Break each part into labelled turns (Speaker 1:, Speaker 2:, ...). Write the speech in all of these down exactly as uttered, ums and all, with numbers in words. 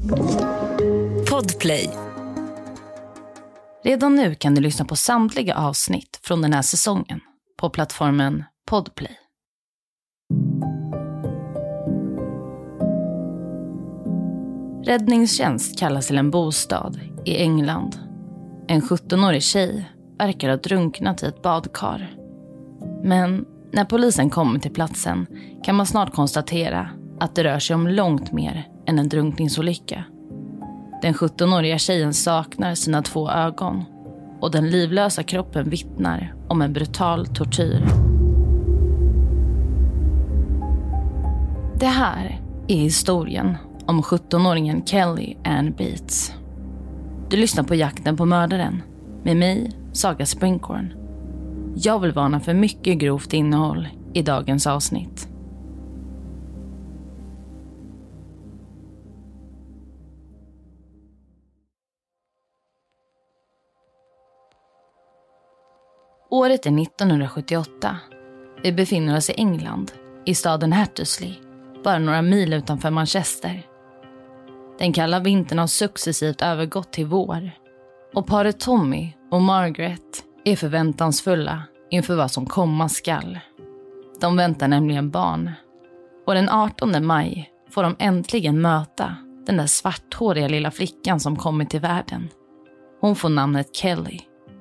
Speaker 1: Podplay. Redan nu kan du lyssna på samtliga avsnitt från den här säsongen på plattformen Podplay. Räddningstjänst kallas till en bostad i England. En sjuttonårig tjej verkar ha drunknat i ett badkar. Men när polisen kommer till platsen kan man snart konstatera att det rör sig om långt mer än en drunkningsolycka. Den sjuttonåriga tjejen saknar sina två ögon och den livlösa kroppen vittnar om en brutal tortyr. Det här är historien om sjuttonåringen Kelly Ann Beats. Du lyssnar på Jakten på mördaren med mig, Saga Springhorn. Jag vill varna för mycket grovt innehåll i dagens avsnitt. Året är nittonhundrasjuttioåtta. Vi befinner oss i England, i staden Hattersley, bara några mil utanför Manchester. Den kalla vintern har successivt övergått till vår. Och paret Tommy och Margaret är förväntansfulla inför vad som komma skall. De väntar nämligen barn. Och den artonde maj får de äntligen möta den där svarthåriga lilla flickan som kommit till världen. Hon får namnet Kelly.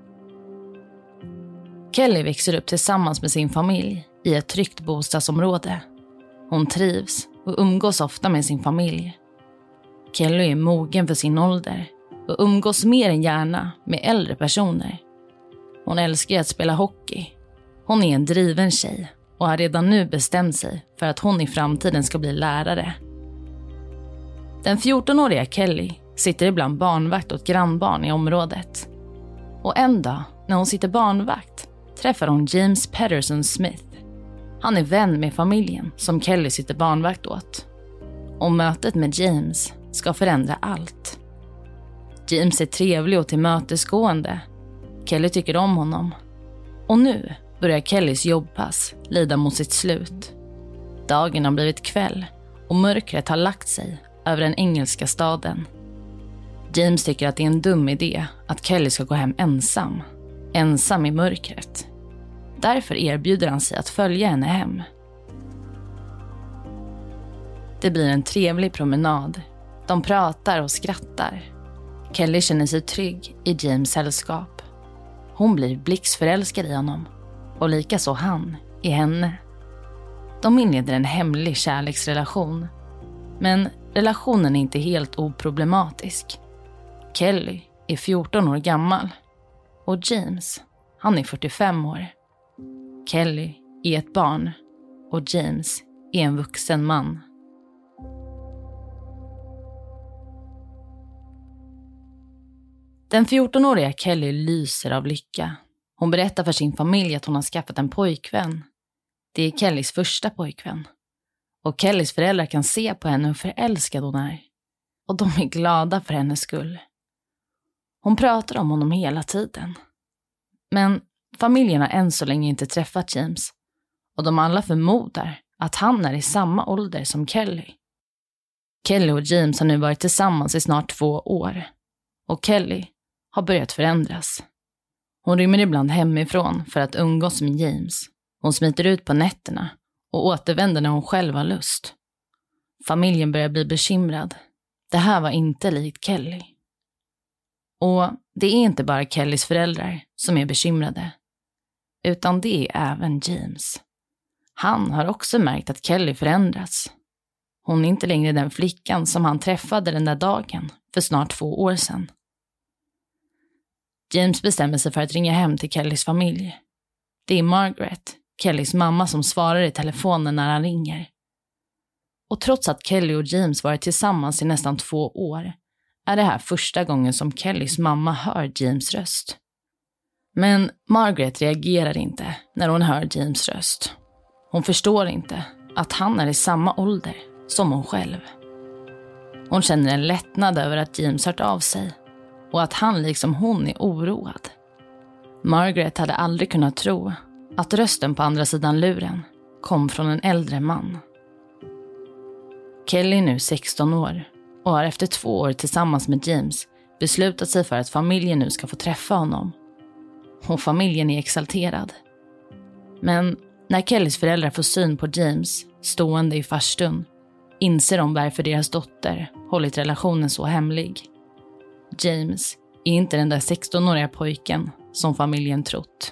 Speaker 1: Kelly växer upp tillsammans med sin familj i ett tryggt bostadsområde. Hon trivs och umgås ofta med sin familj. Kelly är mogen för sin ålder och umgås mer än gärna med äldre personer. Hon älskar att spela hockey. Hon är en driven tjej och har redan nu bestämt sig för att hon i framtiden ska bli lärare. Den fjortonåriga Kelly sitter ibland barnvakt åt grannbarn i området. Och en dag när hon sitter barnvakt träffar hon James Patterson Smith. Han är vän med familjen som Kelly sitter barnvakt åt. Och mötet med James ska förändra allt. James är trevlig och tillmötesgående. Kelly tycker om honom. Och nu börjar Kellys jobbpass lida mot sitt slut. Dagen har blivit kväll och mörkret har lagt sig över den engelska staden. James tycker att det är en dum idé att Kelly ska gå hem ensam. Ensam i mörkret. Därför erbjuder han sig att följa henne hem. Det blir en trevlig promenad. De pratar och skrattar. Kelly känner sig trygg i James sällskap. Hon blir blixtförälskad i honom. Och likaså han i henne. De inleder en hemlig kärleksrelation. Men relationen är inte helt oproblematisk. Kelly är fjorton år gammal. Och James, han är fyrtiofem år. Kelly är ett barn. Och James är en vuxen man. Den fjortonåriga Kelly lyser av lycka. Hon berättar för sin familj att hon har skaffat en pojkvän. Det är Kellys första pojkvän. Och Kellys föräldrar kan se på henne hur förälskad hon är. Och de är glada för hennes skull. Hon pratar om honom hela tiden. Men familjen har än så länge inte träffat James. Och de alla förmodar att han är i samma ålder som Kelly. Kelly och James har nu varit tillsammans i snart två år. Och Kelly har börjat förändras. Hon rymmer ibland hemifrån för att umgås med James. Hon smiter ut på nätterna och återvänder när hon själv har lust. Familjen börjar bli bekymrad. Det här var inte likt Kelly. Och det är inte bara Kellys föräldrar som är bekymrade. Utan det är även James. Han har också märkt att Kelly förändrats. Hon är inte längre den flickan som han träffade den där dagen för snart två år sedan. James bestämmer sig för att ringa hem till Kellys familj. Det är Margaret, Kellys mamma, som svarar i telefonen när han ringer. Och trots att Kelly och James varit tillsammans i nästan två år är det här första gången som Kellys mamma hör James röst. Men Margaret reagerar inte när hon hör James röst. Hon förstår inte att han är i samma ålder som hon själv. Hon känner en lättnad över att James hört av sig och att han liksom hon är oroad. Margaret hade aldrig kunnat tro att rösten på andra sidan luren kom från en äldre man. Kelly är nu sexton år och har efter två år tillsammans med James beslutat sig för att familjen nu ska få träffa honom. Och familjen är exalterad. Men när Kellys föräldrar får syn på James stående i farstun inser de varför deras dotter hållit relationen så hemlig. James är inte den där sextonåriga pojken som familjen trott.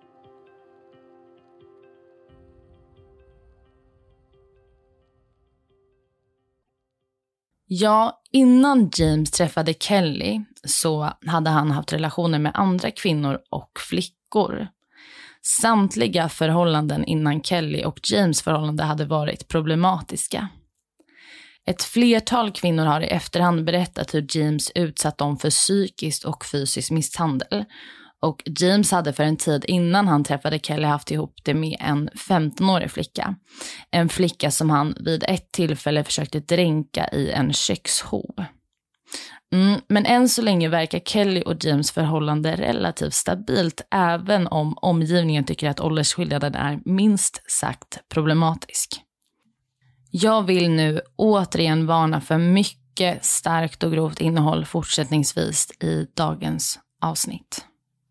Speaker 1: Ja, innan James träffade Kelly så hade han haft relationer med andra kvinnor och flickor. Samtliga förhållanden innan Kelly och James förhållande hade varit problematiska. Ett flertal kvinnor har i efterhand berättat hur James utsatt dem för psykisk och fysisk misshandel. Och James hade för en tid innan han träffade Kelly haft ihop det med en femtonårig flicka. En flicka som han vid ett tillfälle försökte dränka i en kökshov. Mm, men än så länge verkar Kelly och James förhållande relativt stabilt, även om omgivningen tycker att åldersskillnaden är minst sagt problematisk. Jag vill nu återigen varna för mycket starkt och grovt innehåll fortsättningsvis i dagens avsnitt.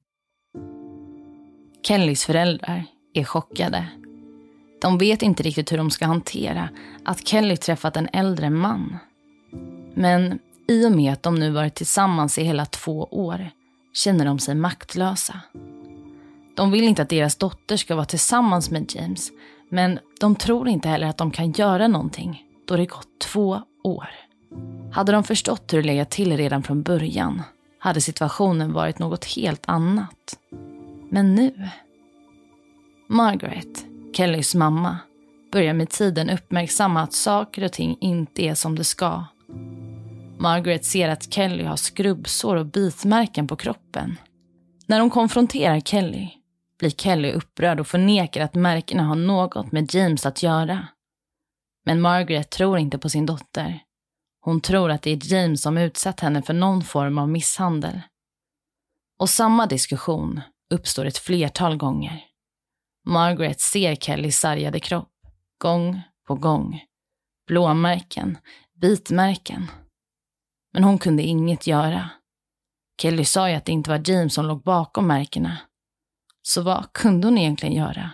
Speaker 1: Kellys föräldrar är chockade. De vet inte riktigt hur de ska hantera att Kelly träffat en äldre man. Men i och med att de nu varit tillsammans i hela två år känner de sig maktlösa. De vill inte att deras dotter ska vara tillsammans med James, men de tror inte heller att de kan göra någonting då det gått två år. Hade de förstått hur det legat till redan från början hade situationen varit något helt annat. Men nu... Margaret, Kellys mamma, börjar med tiden uppmärksamma att saker och ting inte är som det ska. Margaret ser att Kelly har skrubbsår och bitmärken på kroppen. När hon konfronterar Kelly blir Kelly upprörd och förnekar att märkena har något med James att göra. Men Margaret tror inte på sin dotter. Hon tror att det är James som utsatt henne för någon form av misshandel. Och samma diskussion uppstår ett flertal gånger. Margaret ser Kellys sargade kropp, gång på gång. Blåmärken, bitmärken. Men hon kunde inget göra. Kelly sa ju att det inte var James som låg bakom märkena. Så vad kunde hon egentligen göra?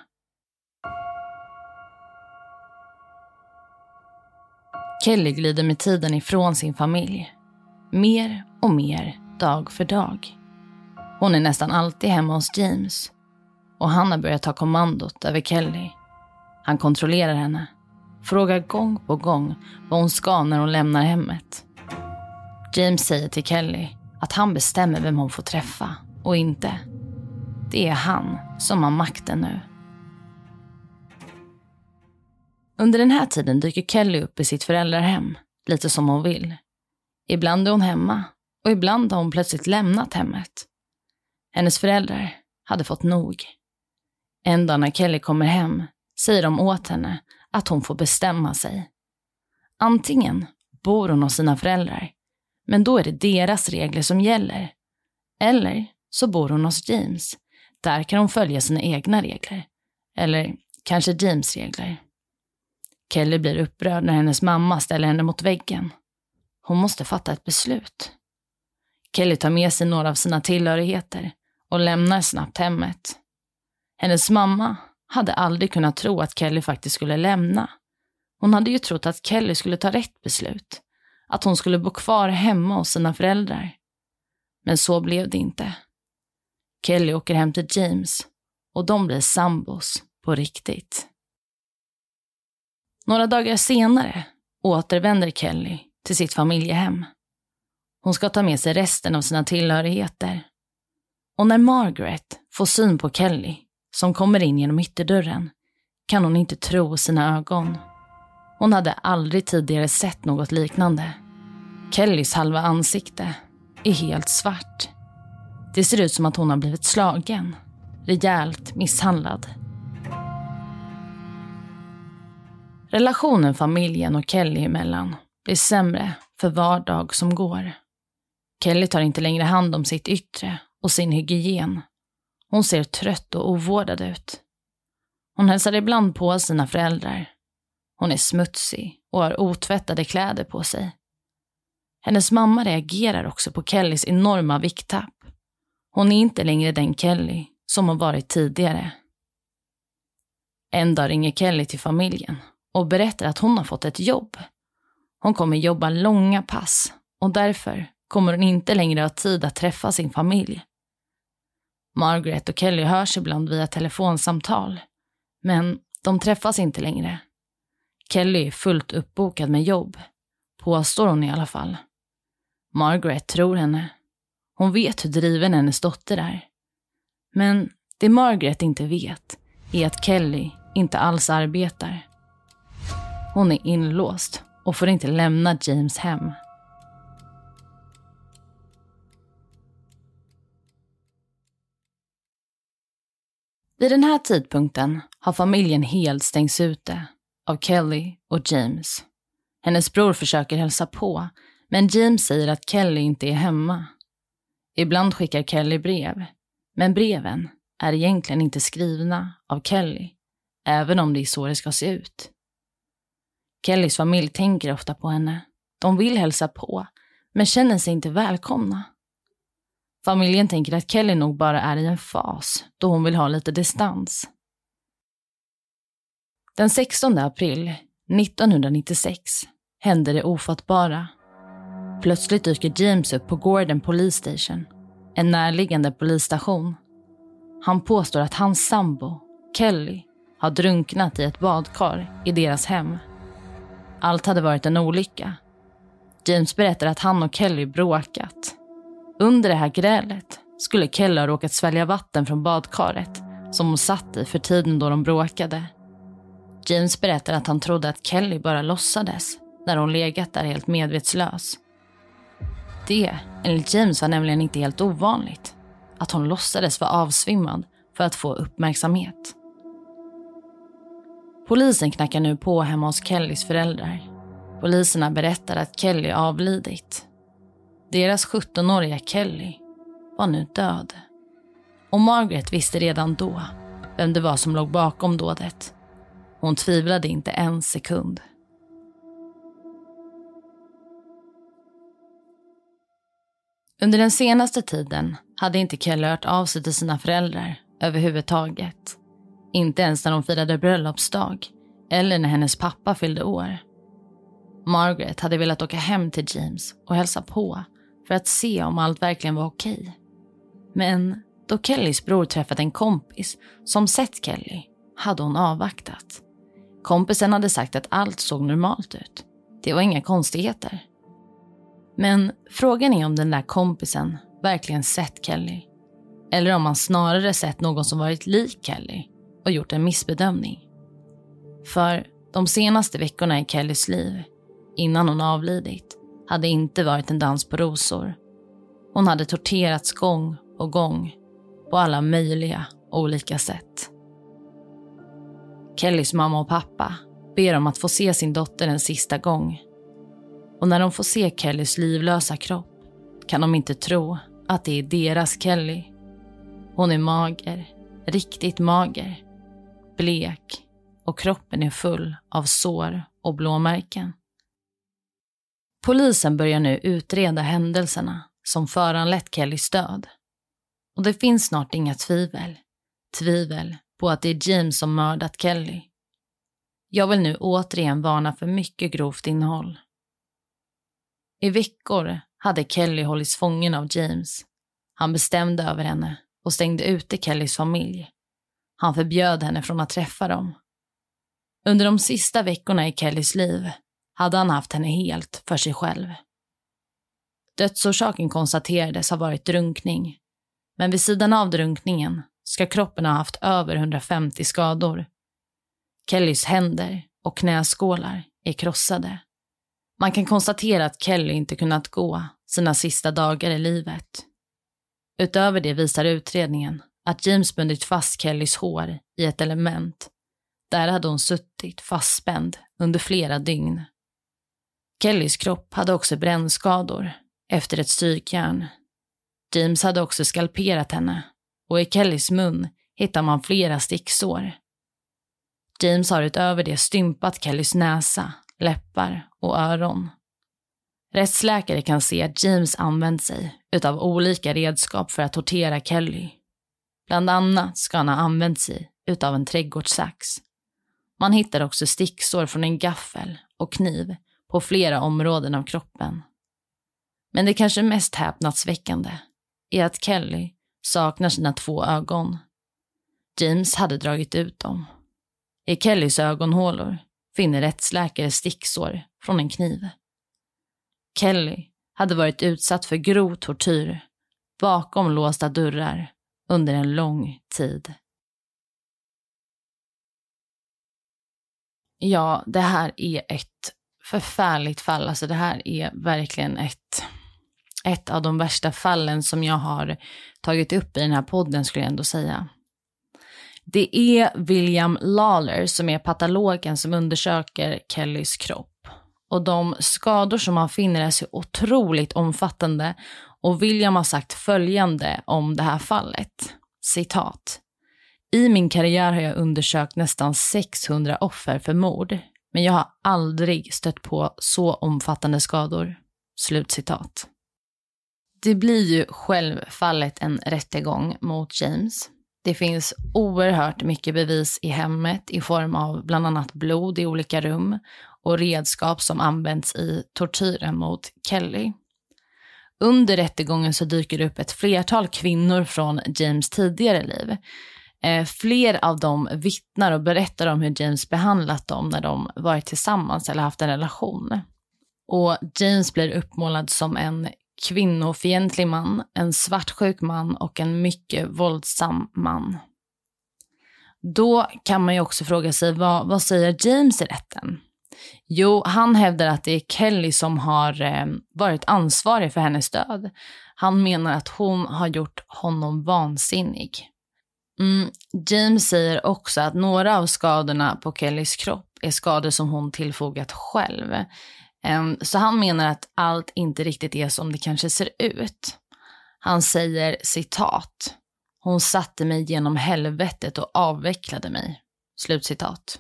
Speaker 1: Kelly glider med tiden ifrån sin familj. Mer och mer dag för dag. Hon är nästan alltid hemma hos James. Och han har börjat ta kommandot över Kelly. Han kontrollerar henne. Frågar gång på gång vad hon ska när hon lämnar hemmet. James säger till Kelly att han bestämmer vem hon får träffa och inte. Det är han som har makten nu. Under den här tiden dyker Kelly upp i sitt föräldrahem, lite som hon vill. Ibland är hon hemma och ibland har hon plötsligt lämnat hemmet. Hennes föräldrar hade fått nog. En dag när Kelly kommer hem säger de åt henne att hon får bestämma sig. Antingen bor hon hos sina föräldrar, men då är det deras regler som gäller. Eller så bor hon hos James. Där kan hon följa sina egna regler. Eller kanske James regler. Kelly blir upprörd när hennes mamma ställer henne mot väggen. Hon måste fatta ett beslut. Kelly tar med sig några av sina tillhörigheter och lämnar snabbt hemmet. Hennes mamma hade aldrig kunnat tro att Kelly faktiskt skulle lämna. Hon hade ju trott att Kelly skulle ta rätt beslut. Att hon skulle bo kvar hemma hos sina föräldrar. Men så blev det inte. Kelly åker hem till James och de blir sambos på riktigt. Några dagar senare återvänder Kelly till sitt familjehem. Hon ska ta med sig resten av sina tillhörigheter. Och när Margaret får syn på Kelly, som kommer in genom ytterdörren, kan hon inte tro sina ögon. Hon hade aldrig tidigare sett något liknande. Kellys halva ansikte är helt svart. Det ser ut som att hon har blivit slagen, rejält misshandlad. Relationen familjen och Kelly emellan blir sämre för var dag som går. Kelly tar inte längre hand om sitt yttre och sin hygien. Hon ser trött och ovårdad ut. Hon hälsar ibland på sina föräldrar. Hon är smutsig och har otvättade kläder på sig. Hennes mamma reagerar också på Kellys enorma vikttapp. Hon är inte längre den Kelly som hon varit tidigare. En dag ringer Kelly till familjen och berättar att hon har fått ett jobb. Hon kommer jobba långa pass och därför kommer hon inte längre ha tid att träffa sin familj. Margaret och Kelly hörs ibland via telefonsamtal, men de träffas inte längre. Kelly är fullt uppbokad med jobb, påstår hon i alla fall. Margaret tror henne. Hon vet hur driven hennes dotter är. Men det Margaret inte vet är att Kelly inte alls arbetar. Hon är inlåst och får inte lämna James hem. Vid den här tidpunkten har familjen helt stängts ute av Kelly och James. Hennes bror försöker hälsa på, men James säger att Kelly inte är hemma. Ibland skickar Kelly brev, men breven är egentligen inte skrivna av Kelly, även om det är så det ska se ut. Kellys familj tänker ofta på henne. De vill hälsa på, men känner sig inte välkomna. Familjen tänker att Kelly nog bara är i en fas då hon vill ha lite distans. Den sextonde april nittonhundranittiosex hände det ofattbara. Plötsligt dyker James upp på Gordon Police Station, en närliggande polisstation. Han påstår att hans sambo, Kelly, har drunknat i ett badkar i deras hem. Allt hade varit en olycka. James berättar att han och Kelly bråkat. Under det här grälet skulle Kelly ha råkat svälja vatten från badkaret som hon satt i för tiden då de bråkade. James berättar att han trodde att Kelly bara låtsades när hon legat där helt medvetslös. Det, enligt James, var nämligen inte helt ovanligt. Att hon låtsades vara avsvimmad för att få uppmärksamhet. Polisen knackar nu på hemma hos Kellys föräldrar. Poliserna berättar att Kelly avlidit. Deras sjuttonåriga Kelly var nu död. Och Margaret visste redan då vem det var som låg bakom dådet. Hon tvivlade inte en sekund. Under den senaste tiden hade inte Kelly hört av sig till sina föräldrar överhuvudtaget. Inte ens när de firade bröllopsdag eller när hennes pappa fyllde år. Margaret hade velat åka hem till James och hälsa på för att se om allt verkligen var okej. Men då Kellys bror träffat en kompis som sett Kelly hade hon avvaktat. Kompisen hade sagt att allt såg normalt ut. Det var inga konstigheter. Men frågan är om den där kompisen verkligen sett Kelly. Eller om han snarare sett någon som varit lik Kelly och gjort en missbedömning. För de senaste veckorna i Kellys liv, innan hon avlidit, hade inte varit en dans på rosor. Hon hade torterats gång på gång på alla möjliga olika sätt. Kellys mamma och pappa ber om att få se sin dotter en sista gång. Och när de får se Kellys livlösa kropp kan de inte tro att det är deras Kelly. Hon är mager, riktigt mager, blek och kroppen är full av sår och blåmärken. Polisen börjar nu utreda händelserna som föranlett Kellys död. Och det finns snart inga tvivel. Tvivel på att det är James som mördat Kelly. Jag vill nu återigen varna för mycket grovt innehåll. I veckor hade Kelly hållits fången av James. Han bestämde över henne och stängde ute Kellys familj. Han förbjöd henne från att träffa dem. Under de sista veckorna i Kellys liv hade han haft henne helt för sig själv. Dödsorsaken konstaterades ha varit drunkning. Men vid sidan av drunkningen ska kroppen ha haft över hundrafemtio skador. Kellys händer och knäskålar är krossade. Man kan konstatera att Kelly inte kunnat gå sina sista dagar i livet. Utöver det visar utredningen att James bundit fast Kellys hår i ett element. Där hade hon suttit fastspänd under flera dygn. Kellys kropp hade också brännskador efter ett strykjärn. James hade också skalperat henne och i Kellys mun hittar man flera sticksår. James har utöver det stympat Kellys näsa, läppar och öron. Rättsläkare kan se att James använt sig utav olika redskap för att tortera Kelly. Bland annat ska han ha använt sig utav en trädgårdssax. Man hittar också sticksår från en gaffel och kniv på flera områden av kroppen. Men det kanske mest häpnadsväckande är att Kelly saknar sina två ögon. James hade dragit ut dem. I Kellys ögonhålor finner rättsläkare sticksår från en kniv. Kelly hade varit utsatt för grov tortyr bakom låsta dörrar under en lång tid. Ja, det här är ett förfärligt fall. Alltså det här är verkligen ett, ett av de värsta fallen som jag har tagit upp i den här podden, skulle jag ändå säga. Det är William Lawler som är patologen som undersöker Kellys kropp. Och de skador som man finner är så otroligt omfattande. Och William har sagt följande om det här fallet. Citat. I min karriär har jag undersökt nästan sexhundra offer för mord. Men jag har aldrig stött på så omfattande skador. Slutcitat. Det blir ju självfallet en rättegång mot James. Det finns oerhört mycket bevis i hemmet i form av bland annat blod i olika rum och redskap som används i tortyren mot Kelly. Under rättegången så dyker det upp ett flertal kvinnor från James tidigare liv. Eh, fler av dem vittnar och berättar om hur James behandlat dem när de varit tillsammans eller haft en relation. Och James blir uppmålad som en kvinnofientlig man, en svartsjuk man och en mycket våldsam man. Då kan man ju också fråga sig, vad, vad säger James i rätten? Jo, han hävdar att det är Kelly som har eh, varit ansvarig för hennes död. Han menar att hon har gjort honom vansinnig. Mm, James säger också att några av skadorna på Kellys kropp är skador som hon tillfogat själv. Um, så han menar att allt inte riktigt är som det kanske ser ut. Han säger, citat. Hon satte mig genom helvetet och avvecklade mig. Slutcitat.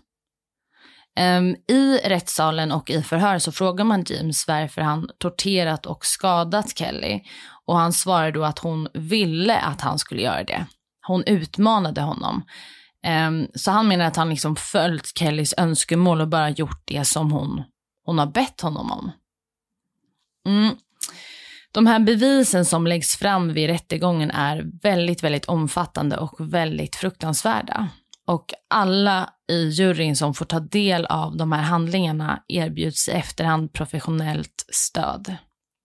Speaker 1: Um, I rättssalen och i förhör så frågar man James varför han torterat och skadat Kelly. Och han svarar då att hon ville att han skulle göra det. Hon utmanade honom. Um, så han menar att han liksom följt Kellys önskemål och bara gjort det som hon, hon har bett honom om. Mm. De här bevisen som läggs fram vid rättegången är väldigt, väldigt omfattande och väldigt fruktansvärda. Och alla i juryn som får ta del av de här handlingarna erbjuds i efterhand professionellt stöd.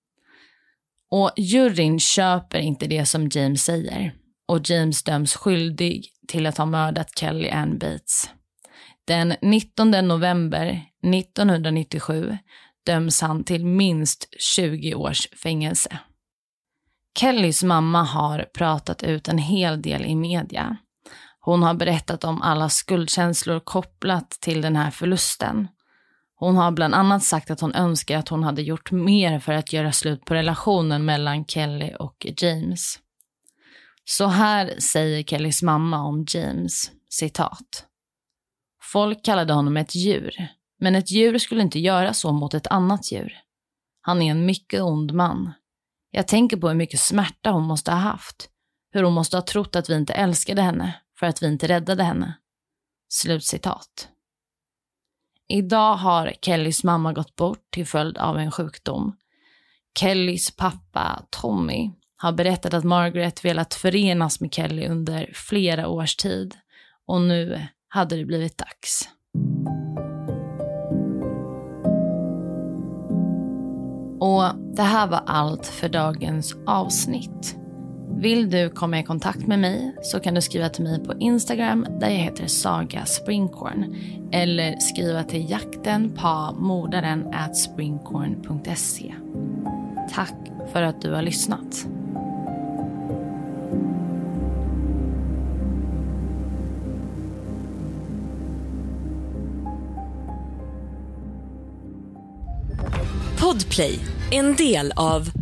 Speaker 1: Och juryn köper inte det som James säger. Och James döms skyldig till att ha mördat Kelly Ann Bates. Den nittonde november nittonhundranittiosju döms han till minst tjugo års fängelse. Kellys mamma har pratat ut en hel del i media. Hon har berättat om alla skuldkänslor kopplat till den här förlusten. Hon har bland annat sagt att hon önskar att hon hade gjort mer för att göra slut på relationen mellan Kelly och James. Så här säger Kellys mamma om James, citat. Folk kallade honom ett djur, men ett djur skulle inte göra så mot ett annat djur. Han är en mycket ond man. Jag tänker på hur mycket smärta hon måste ha haft. Hur hon måste ha trott att vi inte älskade henne för att vi inte räddade henne. Slutcitat. Idag har Kellys mamma gått bort till följd av en sjukdom. Kellys pappa Tommy har berättat att Margaret velat förenas med Kelly under flera års tid. Och nu hade det blivit dags. Och det här var allt för dagens avsnitt. Vill du komma i kontakt med mig så kan du skriva till mig på Instagram där jag heter Saga Springkorn. Eller skriva till jakten på mordaren at springkorn punkt se. Tack för att du har lyssnat.
Speaker 2: Podplay, en del av